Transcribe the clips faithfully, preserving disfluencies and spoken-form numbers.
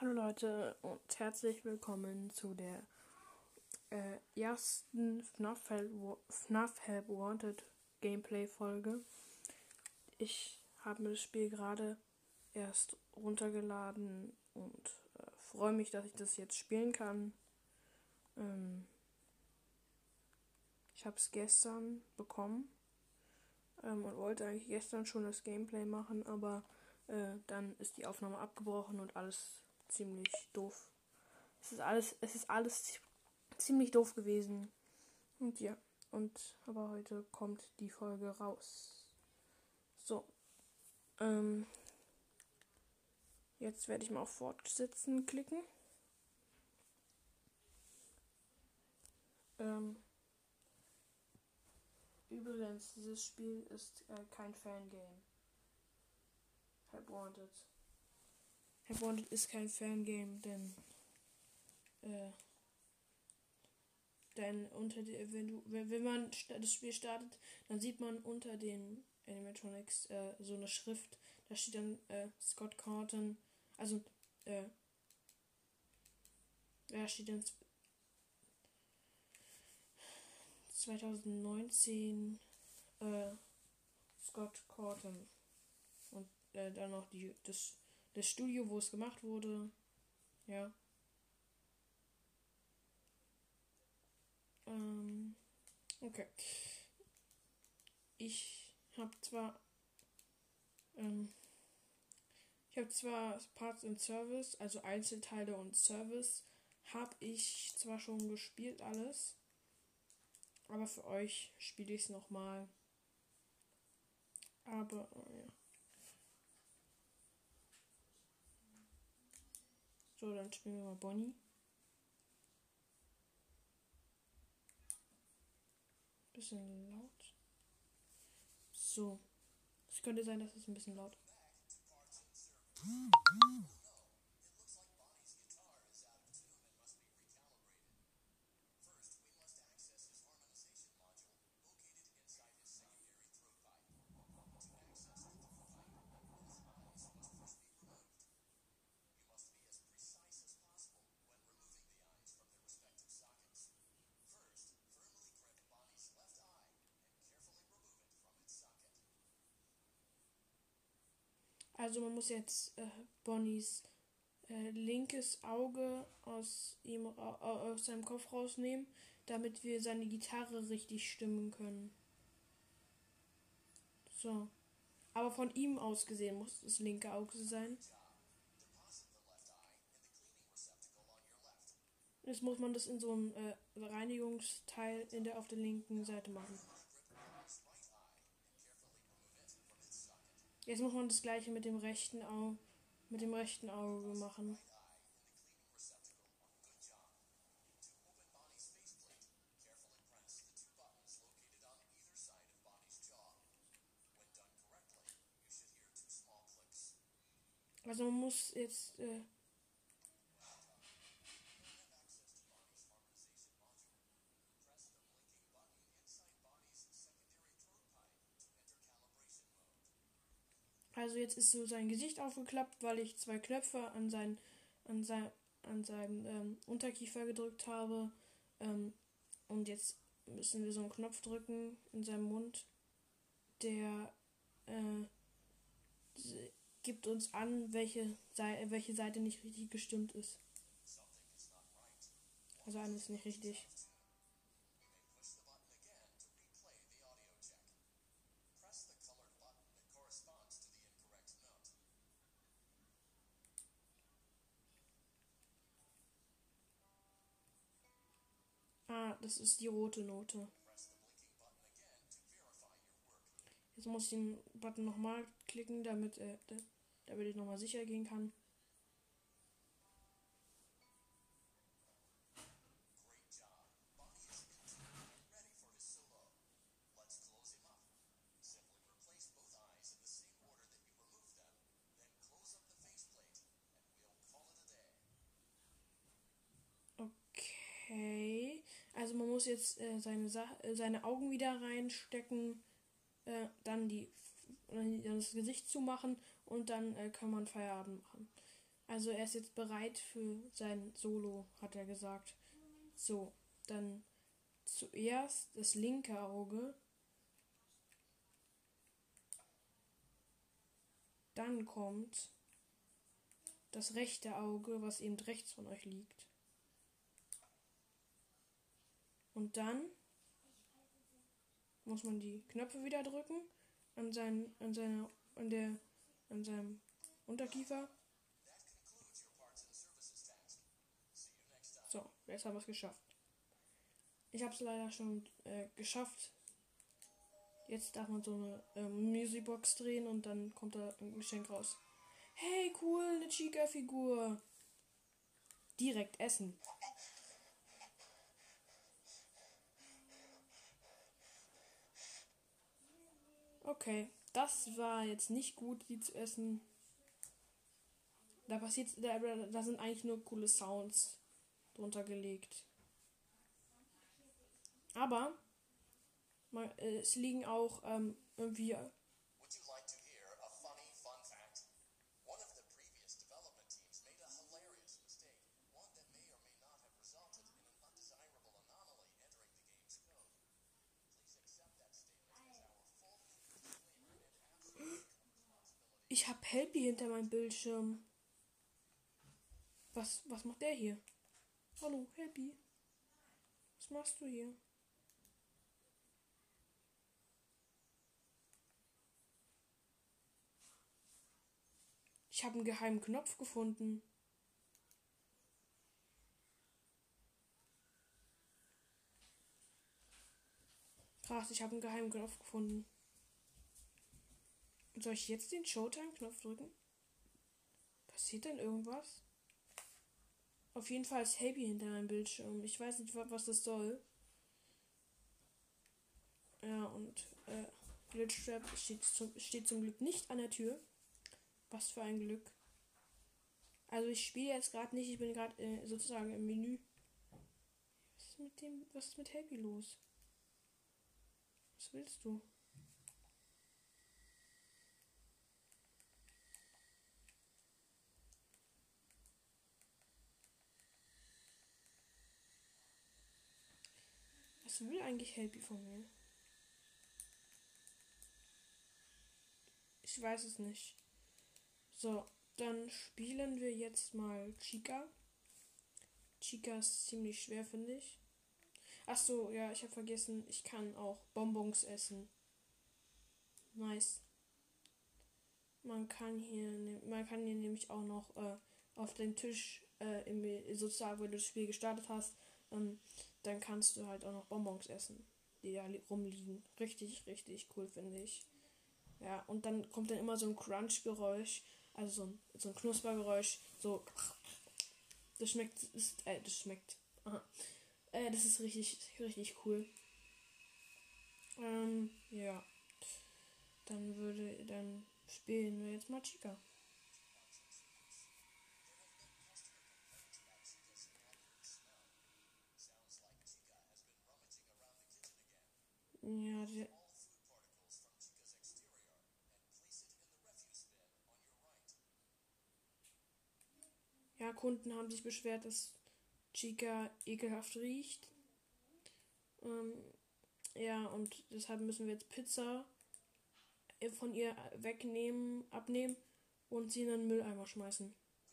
Hallo Leute und herzlich willkommen zu der äh, ersten FNAF Help, FNAF Help Wanted Gameplay Folge. Ich habe mir das Spiel gerade erst runtergeladen und äh, freue mich, dass ich das jetzt spielen kann. Ähm, ich habe es gestern bekommen ähm, und wollte eigentlich gestern schon das Gameplay machen, aber äh, dann ist die Aufnahme abgebrochen und alles ziemlich doof. Es ist alles, es ist alles ziemlich doof gewesen. Und ja, und aber heute kommt die Folge raus. So, ähm, jetzt werde ich mal auf Fortsetzen klicken. Ähm, übrigens, dieses Spiel ist äh, kein Fangame. Help Wanted. Help Wanted ist kein Fangame, denn äh, denn unter die, wenn du wenn, wenn man das Spiel startet, dann sieht man unter den Animatronics äh, so eine Schrift, da steht dann äh, Scott Cawthon, also äh, da steht dann zwanzig neunzehn äh, Scott Cawthon und äh, dann noch die das das Studio, wo es gemacht wurde, ja. Ähm, okay. Ich habe zwar ähm, Ich habe zwar Parts and Service, also Einzelteile und Service, habe ich zwar schon gespielt alles, aber für euch spiele ich es nochmal. Aber, äh, ja. So, dann spielen wir mal Bonnie. Bisschen laut. So. Es könnte sein, dass es ein bisschen laut ist. Also man muss jetzt äh, Bonnies äh, linkes Auge aus ihm äh, aus seinem Kopf rausnehmen, damit wir seine Gitarre richtig stimmen können. So. Aber von ihm aus gesehen muss das linke Auge sein. Jetzt muss man das in so einem äh, Reinigungsteil in der, auf der linken Seite machen. Jetzt muss man das gleiche mit dem rechten Auge, mit dem rechten Auge machen. Also man muss jetzt äh, also jetzt ist so sein Gesicht aufgeklappt, weil ich zwei Knöpfe an sein, an sein, an seinem ähm, Unterkiefer gedrückt habe. Ähm, und jetzt müssen wir so einen Knopf drücken in seinem Mund, der äh, gibt uns an, welche, Seite, welche Seite nicht richtig gestimmt ist. Also eine ist nicht richtig. Ah, das ist die rote Note. Jetzt muss ich den Button nochmal klicken, damit, äh, damit ich nochmal sicher gehen kann. Okay. Also man muss jetzt äh, seine, Sa- äh, seine Augen wieder reinstecken, äh, dann die dann das Gesicht zumachen und dann äh, kann man Feierabend machen. Also er ist jetzt bereit für sein Solo, hat er gesagt. So, dann zuerst das linke Auge. Dann kommt das rechte Auge, was eben rechts von euch liegt. Und dann muss man die Knöpfe wieder drücken an seinen, an seiner, an der, an seinem Unterkiefer. So, jetzt haben wir es geschafft. Ich habe es leider schon äh, geschafft. Jetzt darf man so eine ähm, Musicbox drehen und dann kommt da ein Geschenk raus. Hey, cool, eine Chica-Figur. Direkt essen. Okay, das war jetzt nicht gut, die zu essen. Da passiert, da, da sind eigentlich nur coole Sounds drunter gelegt. Aber man, äh, es liegen auch ähm, irgendwie. Would you like to hear a funny fun fact? One of the previous development teams made a hilarious mistake, one that may or may not have resulted in an undesirable anomaly entering the game's code. Please accept that statement as our full disclaimer and absolute responsibility. Ich hab Helpy hinter meinem Bildschirm. Was, was macht der hier? Hallo, Helpy. Was machst du hier? Ich habe einen geheimen Knopf gefunden. Krass, ich habe einen geheimen Knopf gefunden. Soll ich jetzt den Showtime-Knopf drücken? Passiert denn irgendwas? Auf jeden Fall ist Helpy hinter meinem Bildschirm. Ich weiß nicht, was das soll. Ja, und äh, Glitchtrap steht zum, steht zum Glück nicht an der Tür. Was für ein Glück. Also ich spiele jetzt gerade nicht, ich bin gerade äh, sozusagen im Menü. Was ist mit dem, was ist mit Helpy los? Was willst du? Was will eigentlich Helpy von mir? Ich weiß es nicht. So, dann spielen wir jetzt mal Chica. Chica ist ziemlich schwer, finde ich. Achso, ja, ich habe vergessen, ich kann auch Bonbons essen. Nice. Man kann hier, ne- man kann hier nämlich auch noch äh, auf den Tisch, äh, im, sozusagen, wenn du das Spiel gestartet hast, ähm, dann kannst du halt auch noch Bonbons essen, die da li- rumliegen. Richtig, richtig cool, finde ich. Ja, und dann kommt dann immer so ein Crunch-Geräusch, also so ein, so ein Knuspergeräusch, so. Das schmeckt, ist, äh, das schmeckt. Aha. Äh, das ist richtig, richtig cool. Ähm, ja. Dann würde, dann spielen wir jetzt mal Chica. Ja, der, ja, Kunden haben sich beschwert, dass Chica ekelhaft riecht. Ähm, ja, und deshalb müssen wir jetzt Pizza äh, von ihr wegnehmen, abnehmen und sie in den Mülleimer schmeißen.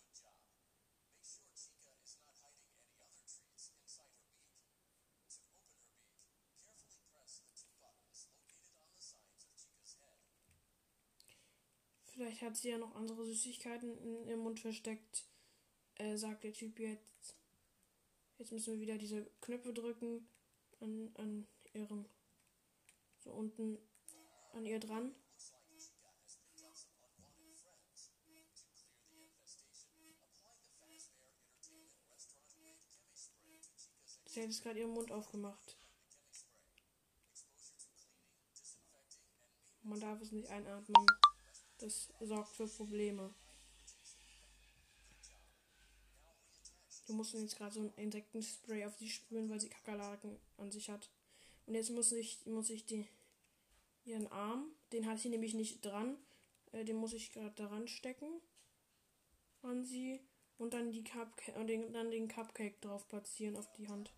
Vielleicht hat sie ja noch andere Süßigkeiten in ihrem Mund versteckt, äh, sagt der Typ jetzt. Jetzt müssen wir wieder diese Knöpfe drücken an, an ihrem, so unten an ihr dran. Sie hat jetzt gerade ihren Mund aufgemacht. Man darf es nicht einatmen. Das sorgt für Probleme. Wir mussten jetzt gerade so ein Insektenspray auf sie sprühen, weil sie Kakerlaken an sich hat. Und jetzt muss ich, muss ich die, ihren Arm, den hat sie nämlich nicht dran, äh, den muss ich gerade daran stecken. an sie und dann die Cupcake und den, dann den Cupcake drauf platzieren auf die Hand.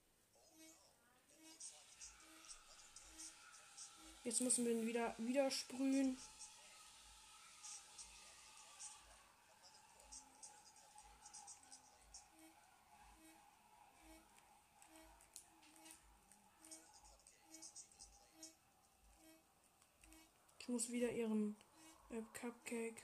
Jetzt müssen wir ihn wieder, wieder sprühen. Ich muss wieder ihren äh, Cupcake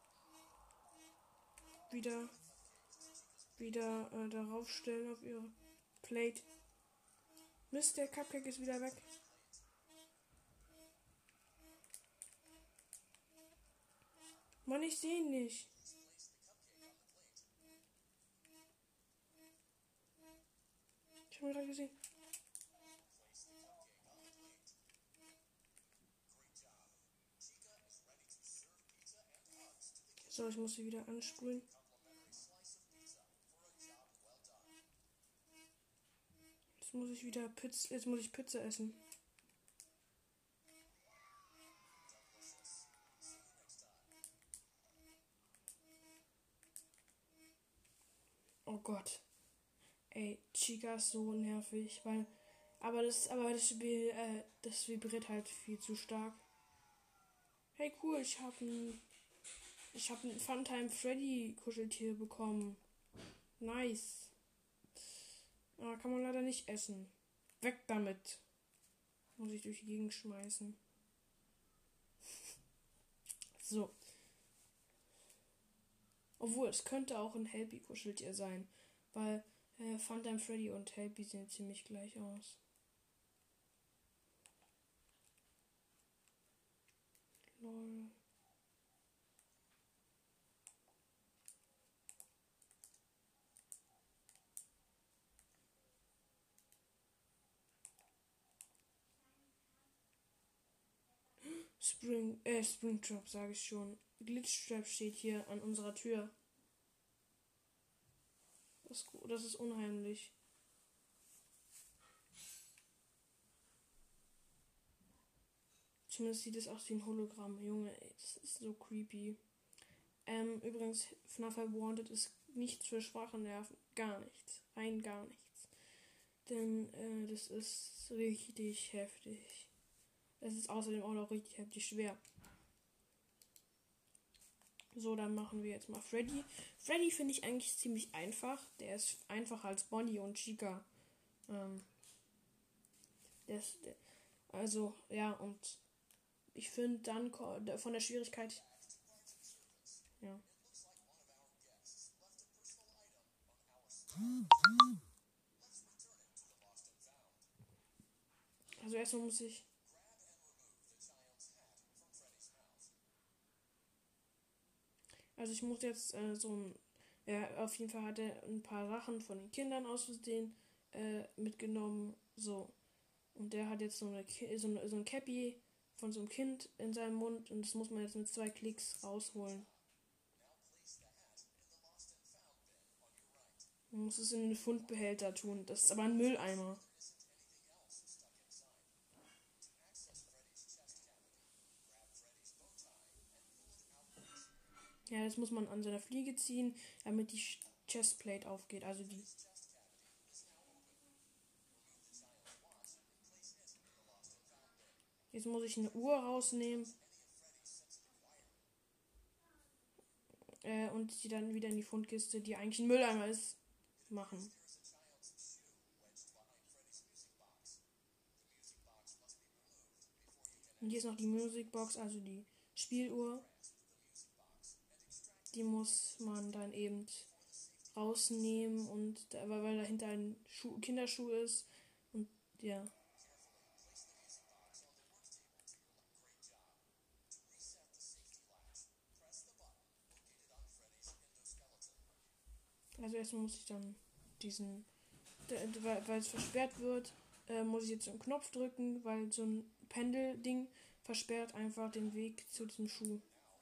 wieder, wieder äh, darauf stellen auf ihre Plate. Mist, der Cupcake ist wieder weg. Mann, ich sehe ihn nicht. Ich habe ihn gerade gesehen. So, ich muss sie wieder ansprühen. Jetzt muss ich wieder Pizza, jetzt muss ich Pizza essen. Oh Gott. Ey, Chica ist so nervig, weil. Aber das, aber das, äh, das vibriert halt viel zu stark. Hey cool, ich habe ein. Ich habe ein Funtime Freddy Kuscheltier bekommen. Nice. Aber kann man leider nicht essen. Weg damit. Muss ich durch die Gegend schmeißen. So. Obwohl, es könnte auch ein Helpy Kuscheltier sein. Weil äh, Funtime Freddy und Helpy sehen ziemlich gleich aus. Lol. Spring, äh, Springtrap, sage ich schon. Glitchtrap steht hier an unserer Tür. Das, das ist unheimlich. Zumindest sieht es aus wie ein Hologramm. Junge, ey, das ist so creepy. Ähm, übrigens, F N A F Wanted ist nichts für schwache Nerven. Gar nichts. Rein gar nichts. Denn äh, das ist richtig heftig. Es ist außerdem auch noch richtig heftig schwer. So, dann machen wir jetzt mal Freddy. Freddy finde ich eigentlich ziemlich einfach. Der ist einfacher als Bonnie und Chica. Ähm, der ist, der, also, ja, und ich finde dann von der Schwierigkeit. Ja. Also erstmal muss ich. Also ich muss jetzt äh, so ein. Ja, auf jeden Fall hat er ein paar Sachen von den Kindern aus Versehen äh, mitgenommen. So. Und der hat jetzt so eine so, eine, so ein Cappy von so einem Kind in seinem Mund und das muss man jetzt mit zwei Klicks rausholen. Man muss es in den Fundbehälter tun. Das ist aber ein Mülleimer. Ja, das muss man an seiner Fliege ziehen, damit die Chestplate aufgeht. Also die. Jetzt muss ich eine Uhr rausnehmen. Äh, und die dann wieder in die Fundkiste, die eigentlich ein Mülleimer ist, machen. Und hier ist noch die Musicbox, also die Spieluhr. Die muss man dann eben rausnehmen und weil, weil dahinter ein Schuh, Kinderschuh ist und ja. Also erstmal muss ich dann diesen, weil, weil es versperrt wird, äh, muss ich jetzt einen Knopf drücken, weil so ein Pendelding versperrt einfach den Weg zu diesem Schuh.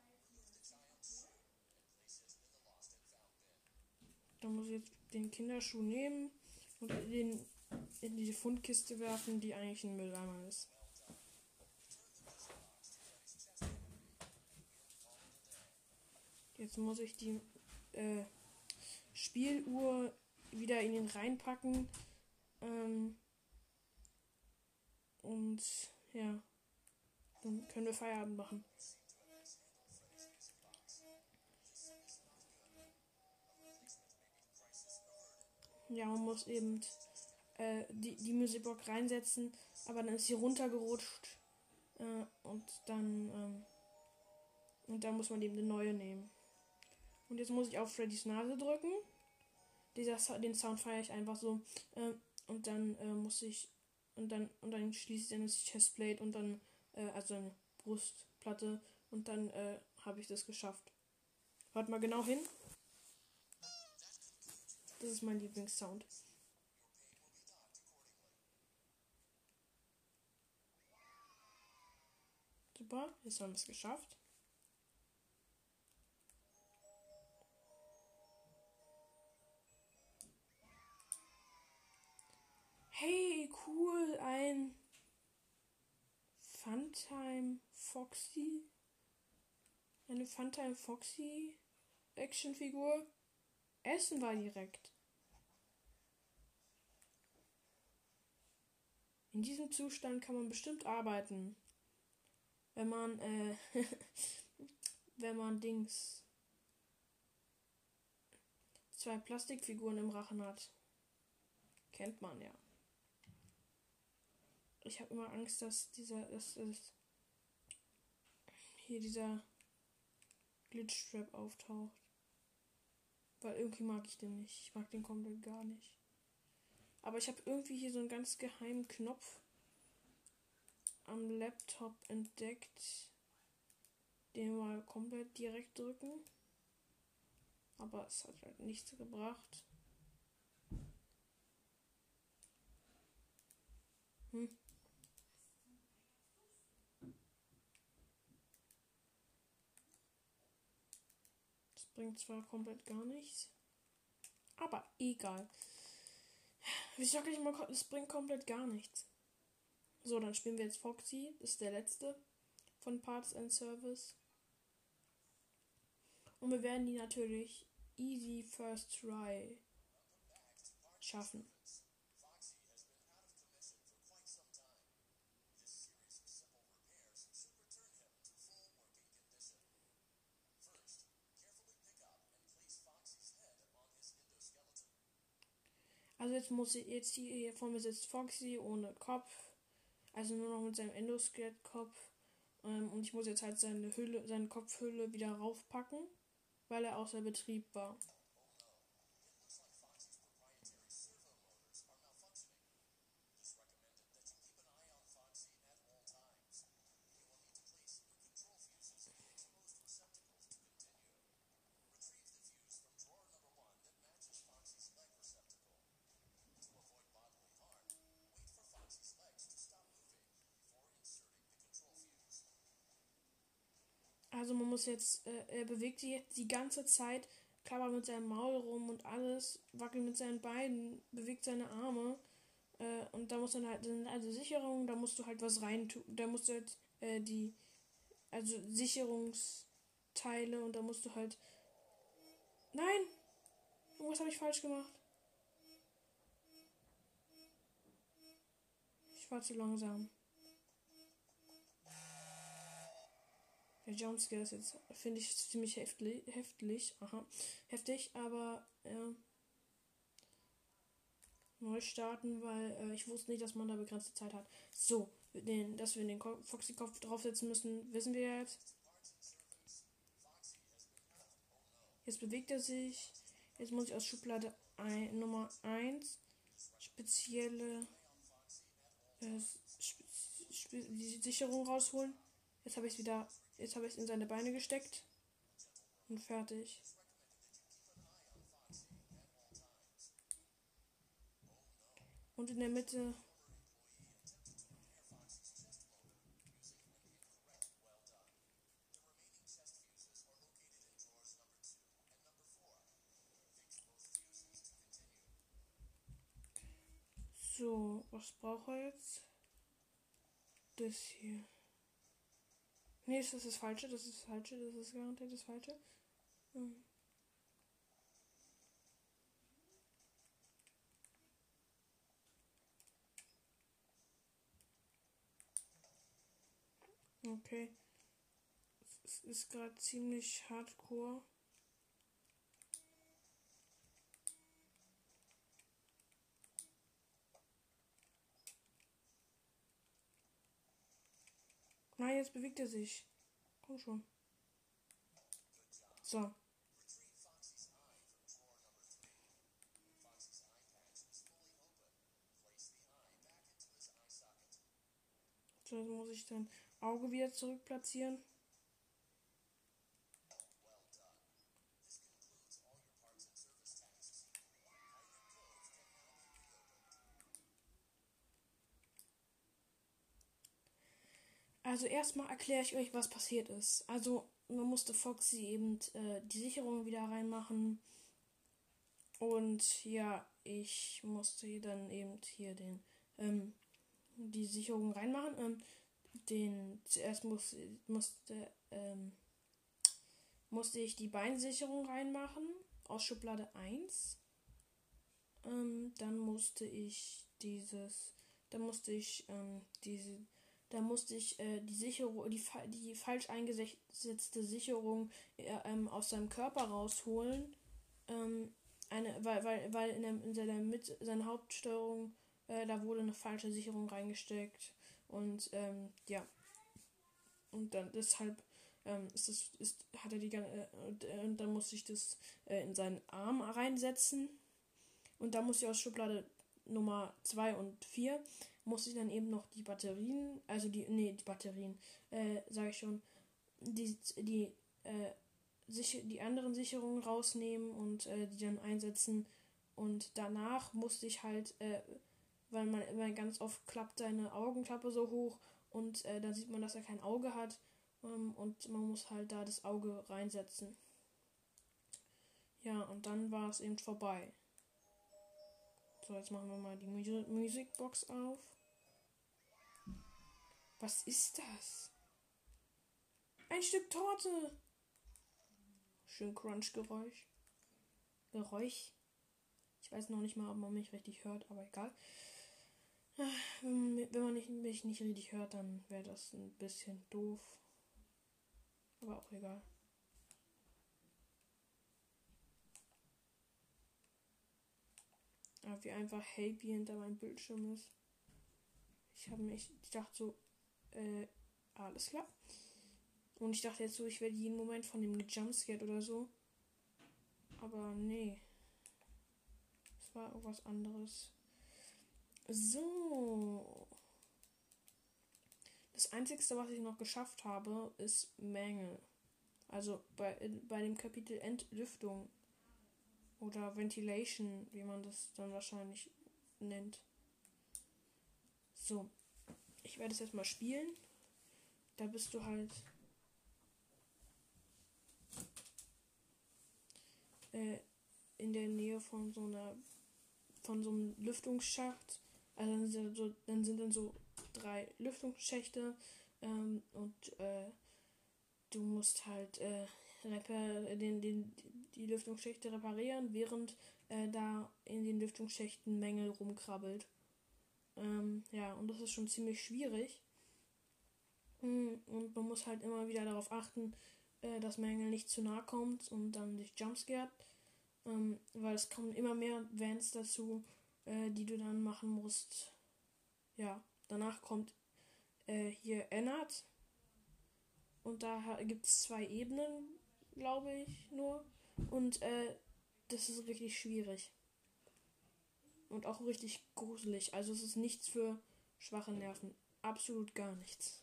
Dann muss ich jetzt den Kinderschuh nehmen und den in diese Fundkiste werfen, die eigentlich ein Mülleimer ist. Jetzt muss ich die äh, Spieluhr wieder in ihn reinpacken. Ähm, und ja, dann können wir Feierabend machen. Ja, man muss eben äh, die, die Musicbox reinsetzen, aber dann ist sie runtergerutscht äh, und dann ähm, und dann muss man eben eine neue nehmen. Und jetzt muss ich auf Freddys Nase drücken. Dieser, den Sound feiere ich einfach so. Äh, und dann äh, muss ich und dann und dann schließe ich dann das Chestplate und dann äh, also eine Brustplatte und dann äh, habe ich das geschafft. Hört mal genau hin. Das ist mein Lieblingssound. Super, jetzt haben wir es geschafft. Hey, cool, ein Funtime Foxy. Eine Funtime Foxy Actionfigur. Essen war direkt. In diesem Zustand kann man bestimmt arbeiten. Wenn man, äh, wenn man Dings zwei Plastikfiguren im Rachen hat. Kennt man ja. Ich habe immer Angst, dass dieser, dass, dass hier dieser Glitchtrap auftaucht. Weil irgendwie mag ich den nicht. Ich mag den komplett gar nicht. Aber ich habe irgendwie hier so einen ganz geheimen Knopf am Laptop entdeckt. Den mal komplett direkt drücken. Aber es hat halt nichts gebracht. Hm. Das bringt zwar komplett gar nichts. Aber egal. Wie sag ich mal, es bringt komplett gar nichts. So, dann spielen wir jetzt Foxy. Das ist der letzte von Parts and Service. Und wir werden die natürlich easy first try schaffen. Also jetzt muss ich jetzt hier, hier vor mir sitzt Foxy ohne Kopf. Also nur noch mit seinem Endoskelett-Kopf. Ähm, und ich muss jetzt halt seine Hülle, seine Kopfhülle wieder raufpacken, weil er außer Betrieb war. Also man muss jetzt, äh, er bewegt sich jetzt die ganze Zeit, klappert mit seinem Maul rum und alles, wackelt mit seinen Beinen, bewegt seine Arme. Äh, und da muss dann halt, sind also Sicherungen, da musst du halt was rein tun. Da musst du halt äh, die, also Sicherungsteile und da musst du halt. Nein! Irgendwas habe ich falsch gemacht. Ich war zu langsam. Der Jumpscare ist jetzt, finde ich, ziemlich heftig, heftig, aha, heftig, aber ja, neu starten, weil äh, ich wusste nicht, dass man da begrenzte Zeit hat. So, den, dass wir den Foxy-Kopf draufsetzen müssen, wissen wir jetzt. Jetzt bewegt er sich. Jetzt muss ich aus Schublade ein, Nummer eins spezielle äh, spe, spe, die Sicherung rausholen. Jetzt habe ich es wieder, jetzt habe ich es in seine Beine gesteckt und fertig. Und in der Mitte so, was braucht er jetzt? Das hier. Nee, das ist das Falsche, das ist das Falsche, das ist garantiert das Falsche. Hm. Okay. Es ist gerade ziemlich hardcore. Nein, jetzt bewegt er sich. Komm schon. So. So, jetzt muss ich dein Auge wieder zurück platzieren. Also erstmal erkläre ich euch, was passiert ist. Also man musste Foxy eben äh, die Sicherung wieder reinmachen. Und ja, ich musste dann eben hier den ähm, die Sicherung reinmachen. Ähm, den zuerst muss, musste ähm, musste ich die Beinsicherung reinmachen aus Schublade eins. Ähm, dann musste ich dieses, dann musste ich ähm, diese, da musste ich äh, die Sicherung, die, die falsch eingesetzte Sicherung äh, ähm, aus seinem Körper rausholen. Ähm, eine, weil, weil, weil in, der, in seiner, mit, seiner Hauptsteuerung äh, da wurde eine falsche Sicherung reingesteckt. Und ähm, ja. Und dann deshalb ähm, ist es, ist, hat er die äh, und, äh, und dann musste ich das äh, in seinen Arm reinsetzen. Und da musste ich aus Schublade Nummer zwei und vier musste ich dann eben noch die Batterien, also die, nee, die Batterien, äh, sage ich schon, die, die, äh, sich, die anderen Sicherungen rausnehmen und äh, die dann einsetzen. Und danach musste ich halt, äh, weil man immer ganz oft klappt seine Augenklappe so hoch und äh, dann sieht man, dass er kein Auge hat ähm, und man muss halt da das Auge reinsetzen. Ja, und dann war es eben vorbei. So, jetzt machen wir mal die Mu- Musikbox auf. Was ist das? Ein Stück Torte! Schön Crunch-Geräusch. Geräusch. Ich weiß noch nicht mal, ob man mich richtig hört, aber egal. Wenn man nicht, mich nicht richtig hört, dann wäre das ein bisschen doof. Aber auch egal. Aber wie einfach Happy hinter meinem Bildschirm ist. Ich habe mich, ich dachte so, äh, alles klar. Und ich dachte jetzt so, ich werde jeden Moment von dem gejumpscared oder so. Aber nee. Es war irgendwas anderes. So. Das Einzige, was ich noch geschafft habe, ist Mängel. Also bei, bei dem Kapitel Entlüftung. Oder Ventilation, wie man das dann wahrscheinlich nennt. So. Ich werde es jetzt mal spielen. Da bist du halt äh, in der Nähe von so einer von so einem Lüftungsschacht. Also dann sind, so, dann, sind dann so drei Lüftungsschächte ähm, und äh, du musst halt äh, repar- den, den, die Lüftungsschächte reparieren, während äh, da in den Lüftungsschächten Mängel rumkrabbelt. Ähm, ja, und das ist schon ziemlich schwierig. Und man muss halt immer wieder darauf achten, äh, dass Mängel nicht zu nahe kommt und dann nicht jumpscared. Ähm, weil es kommen immer mehr Vans dazu, äh, die du dann machen musst. Ja, danach kommt äh, hier Ennard. Und da gibt es zwei Ebenen, glaube ich, nur. Und äh, das ist richtig schwierig. Und auch richtig gruselig. Also es ist nichts für schwache Nerven. Absolut gar nichts.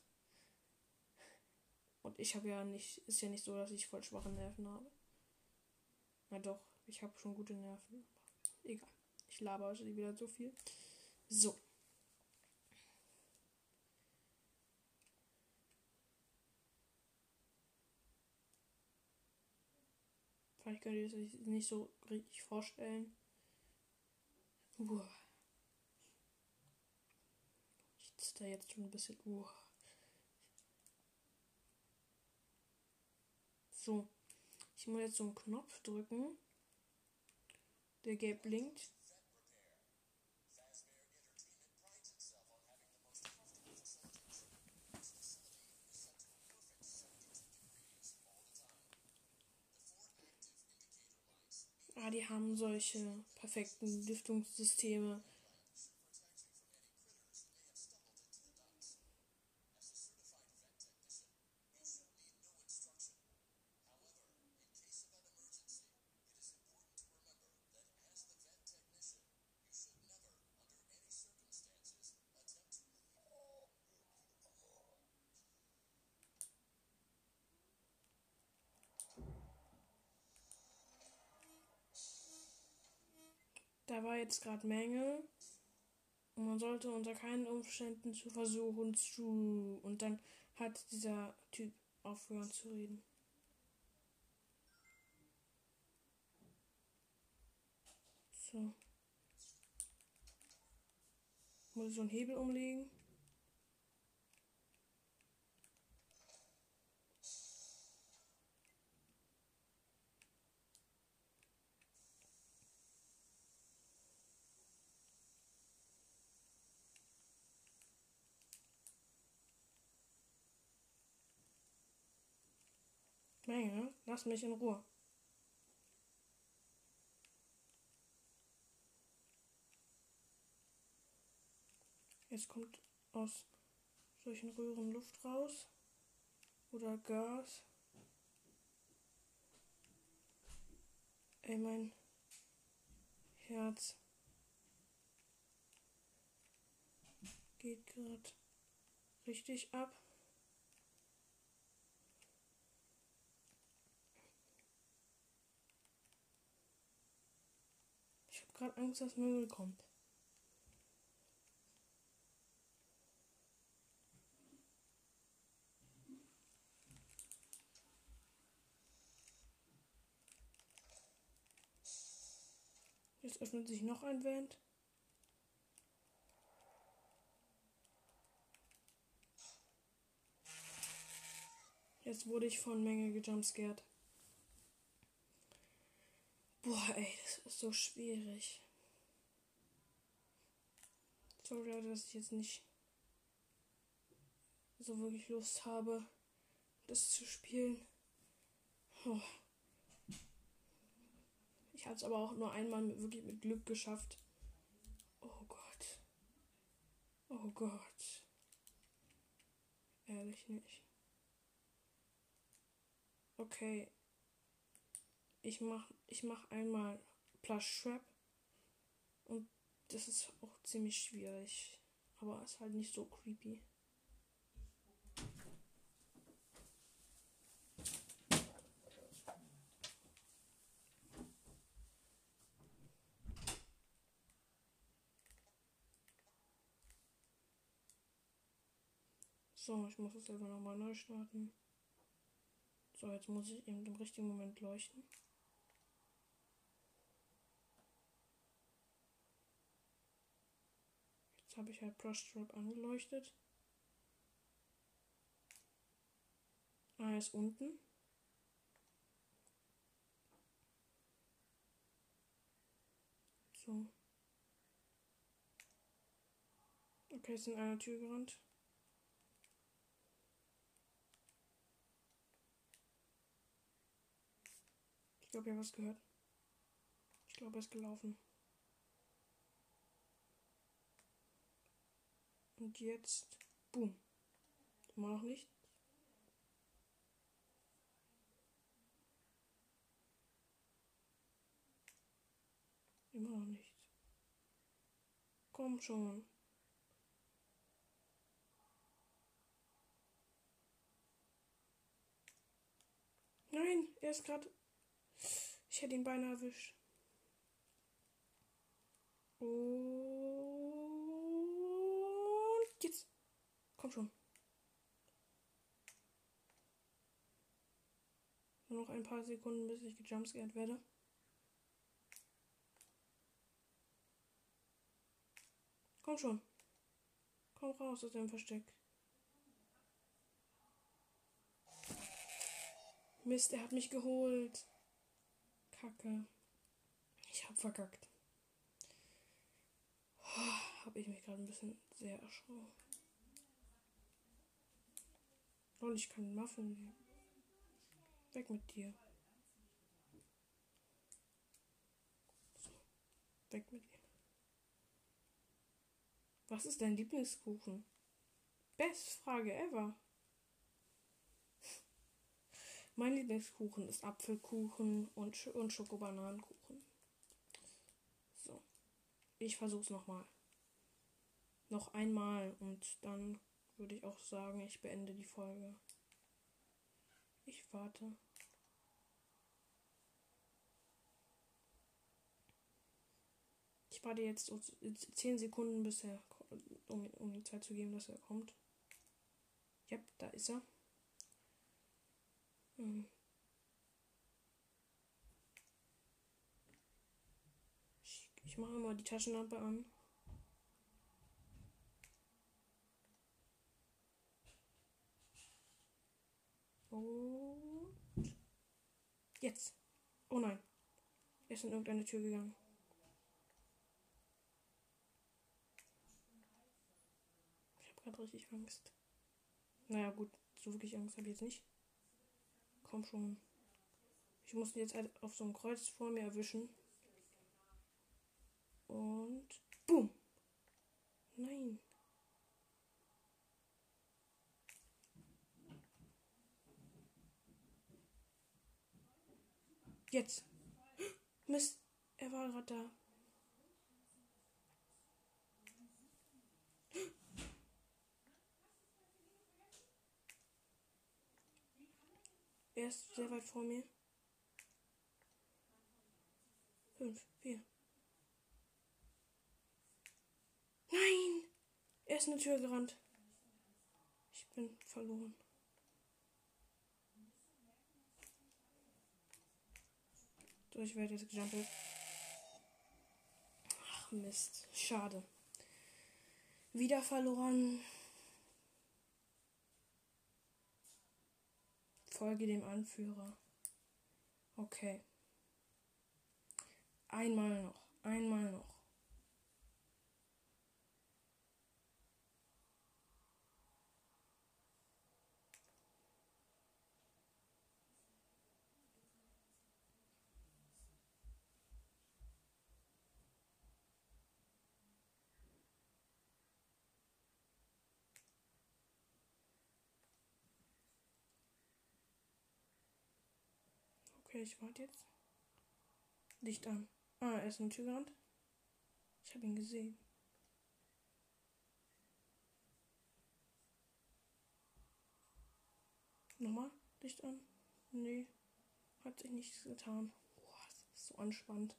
Und ich habe ja nicht, ist ja nicht so, dass ich voll schwache Nerven habe. Na doch, ich habe schon gute Nerven. Egal. Ich laber also wieder so viel. So. Vielleicht könnt ihr es euch nicht so richtig vorstellen. Uah. Ich sitze da jetzt schon ein bisschen. Uah. So. Ich muss jetzt so einen Knopf drücken, der gelb blinkt. Ja, die haben solche perfekten Lüftungssysteme. Da war jetzt gerade Mängel. Und man sollte unter keinen Umständen zu versuchen zu... Und dann hat dieser Typ aufgehört zu reden. So. Muss ich so einen Hebel umlegen? Menge, lass mich in Ruhe. Jetzt kommt aus solchen Röhren Luft raus. Oder Gas. Ey, mein Herz geht gerade richtig ab. Ich habe gerade Angst, dass Müll kommt. Jetzt öffnet sich noch ein Vent. Jetzt wurde ich von Menge gejumpscared. Boah, ey, das ist so schwierig. Sorry, Leute, dass ich jetzt nicht so wirklich Lust habe, das zu spielen. Oh. Ich habe es aber auch nur einmal mit, wirklich mit Glück geschafft. Oh Gott. Oh Gott. Ehrlich nicht. Okay. Ich mach, ich mach einmal Plush Trap. Und das ist auch ziemlich schwierig. Aber ist halt nicht so creepy. So, ich muss es selber nochmal neu starten. So, jetzt muss ich eben im richtigen Moment leuchten. Jetzt habe ich halt Plush Trap angeleuchtet. Ah, er ist unten. So. Okay, ist in einer Tür gerannt. Ich glaube, ihr habt was gehört. Ich glaube, er ist gelaufen. Und jetzt, boom. Immer noch nicht. Immer noch nicht. Komm schon. Nein, er ist gerade... Ich hätte ihn beinahe erwischt. Und jetzt. Komm schon. Nur noch ein paar Sekunden, bis ich gejumpscared werde. Komm schon. Komm raus aus dem Versteck. Mist, er hat mich geholt. Kacke. Ich hab verkackt. Oh, hab ich mich gerade ein bisschen sehr erschrocken. Lol, ich kann Muffin nehmen. Weg mit dir. Weg mit ihm. Was ist dein Lieblingskuchen? Best Frage ever. Mein Lieblingskuchen ist Apfelkuchen und, Sch und Schokobananenkuchen. So. Ich versuch's nochmal. Noch einmal und dann würde ich auch sagen, ich beende die Folge. Ich warte. Ich warte jetzt zehn Sekunden, bis er, um, um die Zeit zu geben, dass er kommt. Ja, da ist er. Hm. Ich, ich mache mal die Taschenlampe an. Und jetzt. Oh nein. Er ist in irgendeine Tür gegangen. Ich habe gerade richtig Angst. Naja gut, so wirklich Angst habe ich jetzt nicht. Komm schon. Ich muss ihn jetzt halt auf so einem Kreuz vor mir erwischen. Und boom. Nein. Jetzt. Mist. Er war gerade da. Er ist sehr weit vor mir. Fünf, vier. Nein! Er ist in die Tür gerannt. Ich bin verloren. So, ich werde jetzt gejumpelt. Ach Mist. Schade. Wieder verloren. Folge dem Anführer. Okay. Einmal noch. Einmal noch. Okay, ich warte jetzt. Licht an. Ah, er ist in die Tür gerannt. Ich habe ihn gesehen. Nochmal? Licht an? Nee. Hat sich nichts getan. Boah, das ist so anspannend.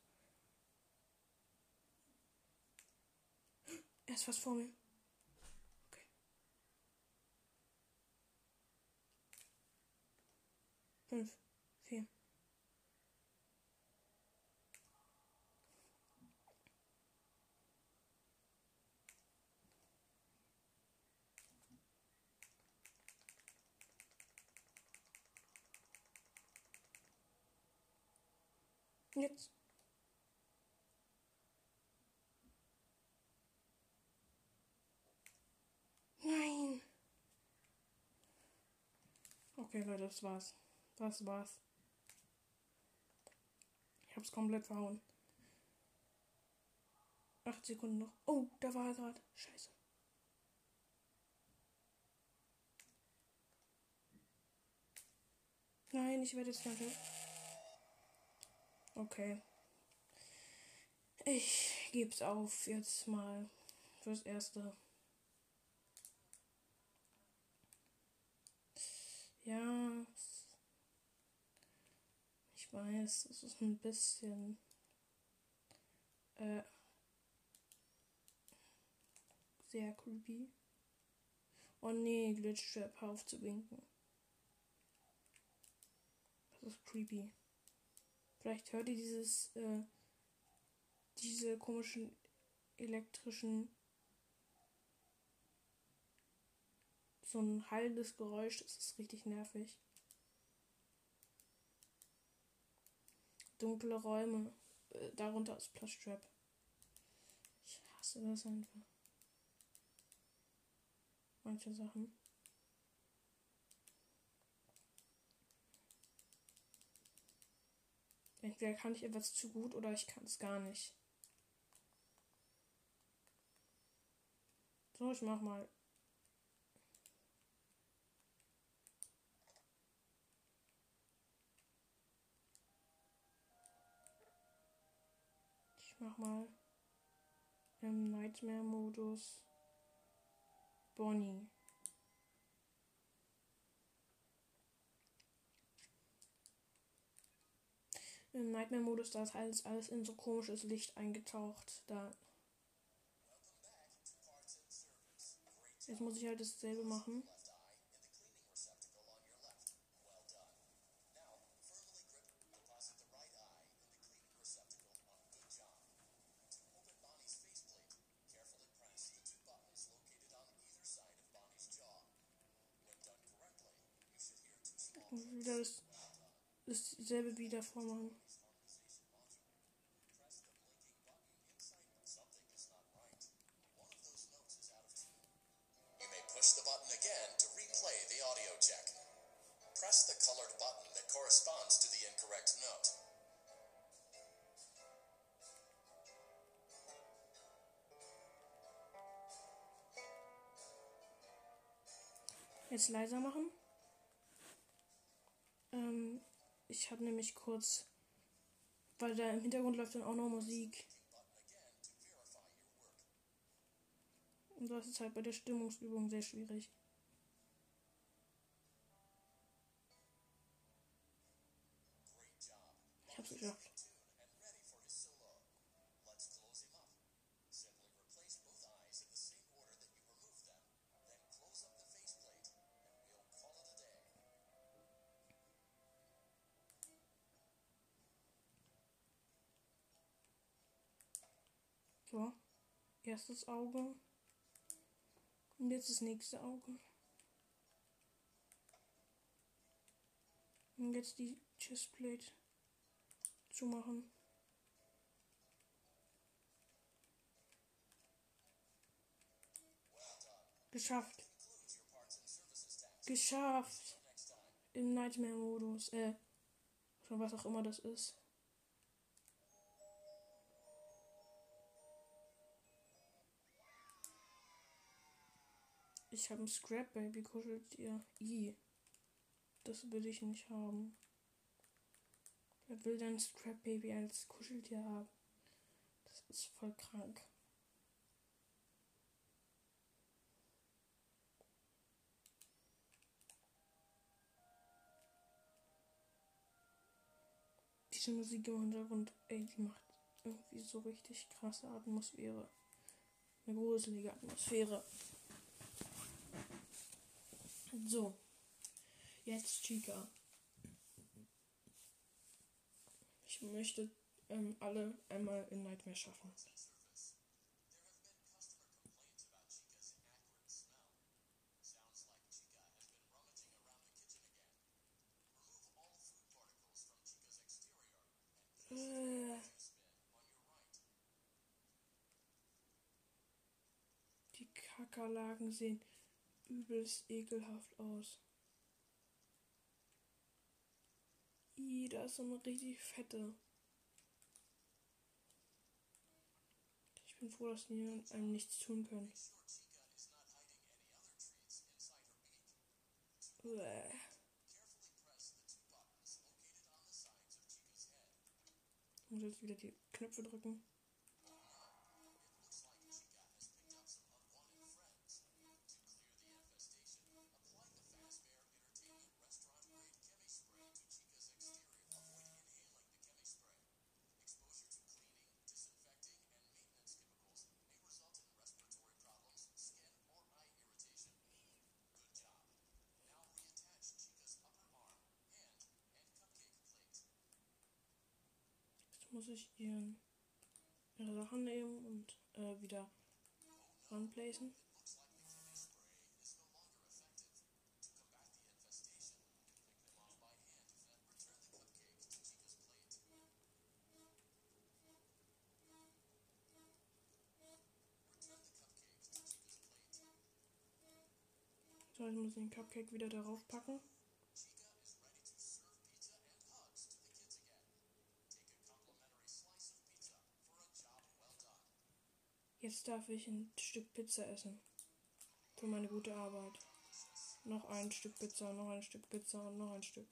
Er ist fast vor mir. Okay. Fünf. Vier. Jetzt. Nein. Okay, Leute, das war's. Das war's. Ich hab's komplett verhauen. Acht Sekunden noch. Oh, da war er gerade. Scheiße. Nein, ich werde jetzt nicht. Okay. Ich geb's auf jetzt mal fürs Erste. Ja. Ich weiß, es ist ein bisschen äh, sehr creepy. Oh nee, Glitchtrap, hör auf zu winken. Das ist creepy. Vielleicht hört ihr dieses, äh, diese komischen elektrischen, so ein hallendes Geräusch, das ist richtig nervig. Dunkle Räume, äh, darunter ist Plushtrap. Ich hasse das einfach. Manche Sachen. Entweder kann ich etwas zu gut oder ich kann es gar nicht. So, ich mach mal. Ich mach mal im Nightmare-Modus Bonnie. Im Nightmare-Modus, da ist alles, alles in so komisches Licht eingetaucht. Da. Jetzt muss ich halt dasselbe machen. Und wieder das, dasselbe wieder vormachen. Push the button again to replay the audio check. Press the colored button that corresponds to the incorrect note. Jetzt leiser machen. Ähm, ich habe nämlich kurz, weil da im Hintergrund läuft dann auch noch Musik. Und das ist halt bei der Stimmungsübung sehr schwierig. Ich hab's geschafft. So, erstes Auge. Und jetzt das nächste Auge. Und jetzt die Chestplate zumachen. Geschafft. Geschafft. Im Nightmare-Modus. Äh, schon was auch immer das ist. Ich habe ein Scrap Baby Kuscheltier. I. Das will ich nicht haben. Wer will denn Scrap Baby als Kuscheltier haben? Das ist voll krank. Diese Musik im Hintergrund, ey, die macht irgendwie so richtig krasse Atmosphäre. Eine gruselige Atmosphäre. So. Jetzt Chica. Ich möchte ähm, alle einmal in Nightmare schaffen. Äh. Die Kakerlaken sehen übelst ekelhaft aus. Ih, da ist so eine richtig fette. Ich bin froh, dass die einem nichts tun können. Uäh. Ich muss jetzt wieder die Knöpfe drücken. Muss ich ihren, ihre Sachen nehmen und äh, wieder ranplacen. So, ich muss den Cupcake wieder darauf packen. Jetzt darf ich ein Stück Pizza essen. Für meine gute Arbeit. Noch ein Stück Pizza, noch ein Stück Pizza und noch ein Stück.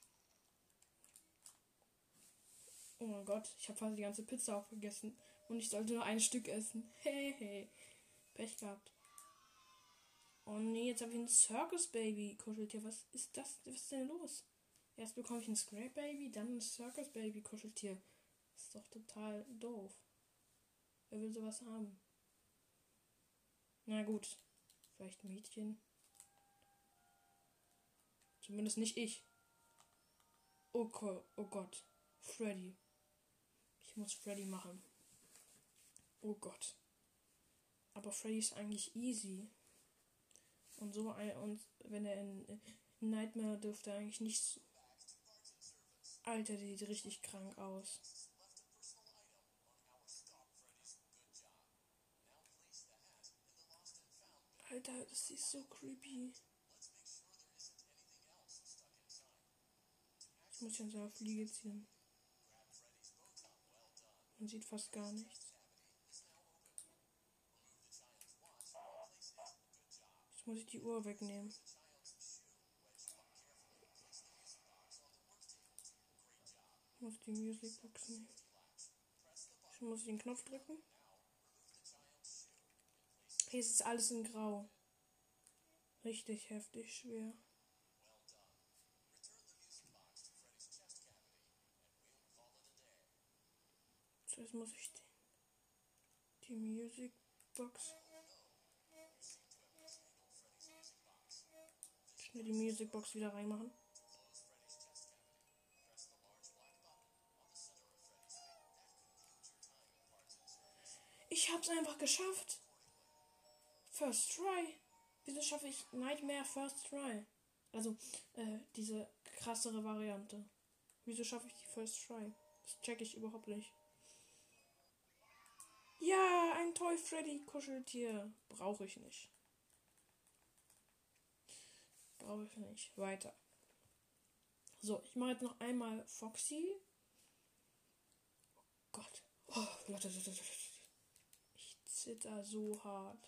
Oh mein Gott, ich habe fast die ganze Pizza aufgegessen. Und ich sollte nur ein Stück essen. Hey, hey. Pech gehabt. Oh nee, jetzt habe ich ein Circus Baby Kuscheltier. Was ist das? Was ist denn los? Erst bekomme ich ein Scrap Baby, dann ein Circus Baby Kuscheltier. Das ist doch total doof. Wer will sowas haben? Na gut. Vielleicht ein Mädchen. Zumindest nicht ich. Oh, oh Gott. Freddy. Ich muss Freddy machen. Oh Gott. Aber Freddy ist eigentlich easy. Und so ein, und wenn er in, in Nightmare dürfte er eigentlich nichts. Alter, die sieht richtig krank aus. Alter, das ist so creepy. Ich muss ja in seiner Fliege ziehen. Man sieht fast gar nichts. Jetzt muss ich die Uhr wegnehmen. Ich muss die Musicbox nehmen. Ich muss den Knopf drücken. Hier ist alles in Grau. Richtig heftig schwer. Zuerst muss ich die, die Musicbox. Schnell die Musicbox wieder reinmachen. Ich hab's einfach geschafft. First try. Wieso schaffe ich Nightmare First try? Also, äh, diese krassere Variante. Wieso schaffe ich die First try? Das check ich überhaupt nicht. Ja, ein Toy Freddy Kuscheltier. Brauche ich nicht. Brauche ich nicht. Weiter. So, ich mache jetzt noch einmal Foxy. Oh Gott. Oh, Leute, ich zitter so hart.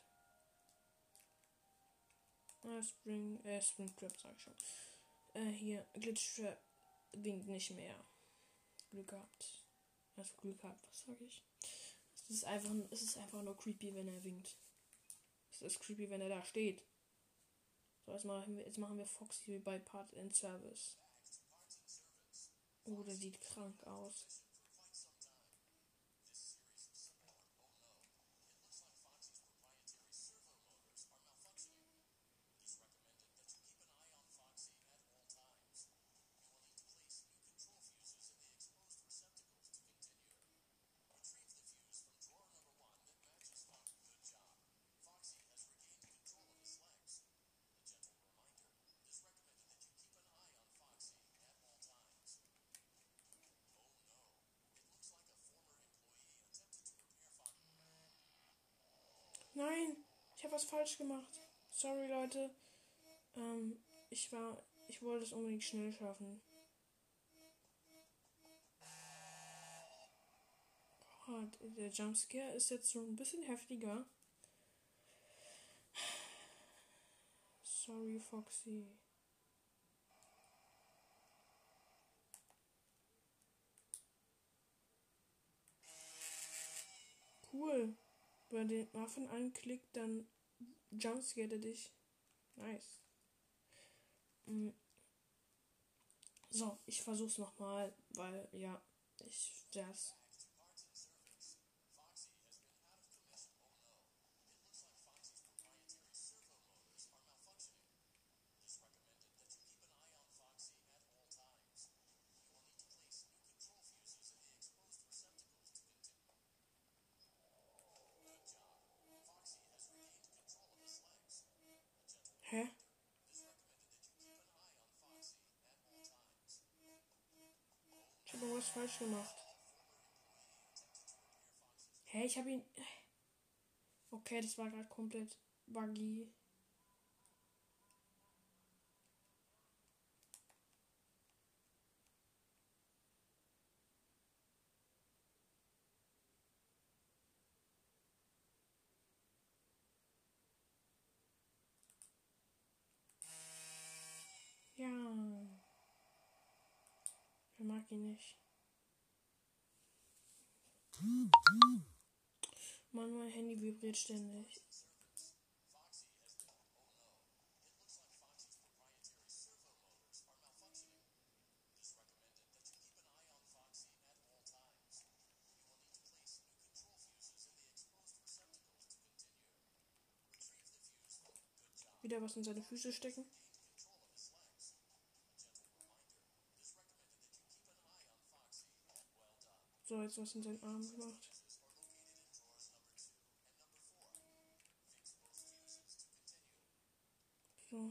Ah, Spring, äh, Springtrap, sag ich schon. Äh, hier, Glitchtrap winkt nicht mehr. Glück gehabt. Also Glück gehabt, was sag ich? Es ist einfach, es ist einfach nur creepy, wenn er winkt. Es ist creepy, wenn er da steht. So, jetzt machen wir, jetzt machen wir Foxy bei Part in Service. Oh, der sieht krank aus. Nein, ich habe was falsch gemacht. Sorry, Leute. Ähm, ich war, ich wollte es unbedingt schnell schaffen. Oh, der Jumpscare ist jetzt schon ein bisschen heftiger. Sorry, Foxy. Cool. Wenn man den Waffen anklickt, dann jumpscaret er dich. Nice. Mhm. So, ich versuch's nochmal, weil, ja, ich, das. Hä? Ich habe was falsch gemacht. Hä, ich habe ihn... Okay, das war gerade komplett buggy. mag ihn nicht. Mann, mein Handy vibriert ständig. Wieder was in seine Füße stecken. So, jetzt was in seinen Arm gemacht. So.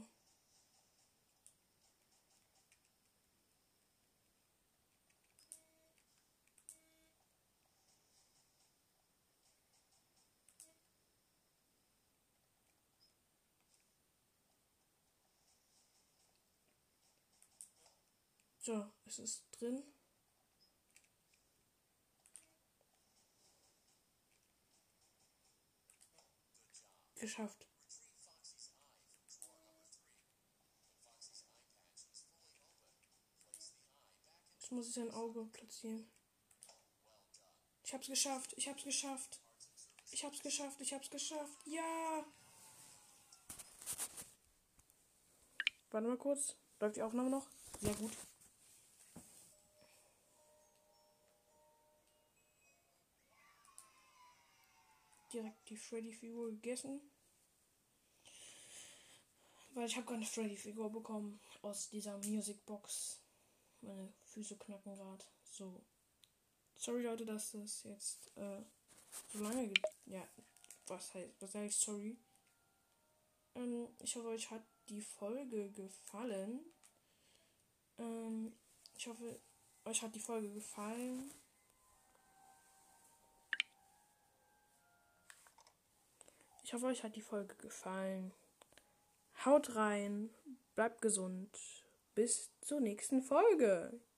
So, es ist drin. Geschafft. Jetzt muss ich sein Auge platzieren. Ich hab's geschafft. Ich hab's geschafft. Ich hab's geschafft. Ich hab's geschafft. Ja! Warte mal kurz. Läuft die Aufnahme noch? Sehr gut. Direkt die Freddy-Figur gegessen. Weil ich habe keine Freddy-Figur bekommen aus dieser Music-Box. Meine Füße knacken gerade. So. Sorry Leute, dass das jetzt äh, so lange geht. Ja, was heißt, was sage ich sorry? Ähm, ich hoffe, euch hat die Folge gefallen. Ähm, ich hoffe, euch hat die Folge gefallen. Ich hoffe, euch hat die Folge gefallen. Haut rein, bleibt gesund. Bis zur nächsten Folge.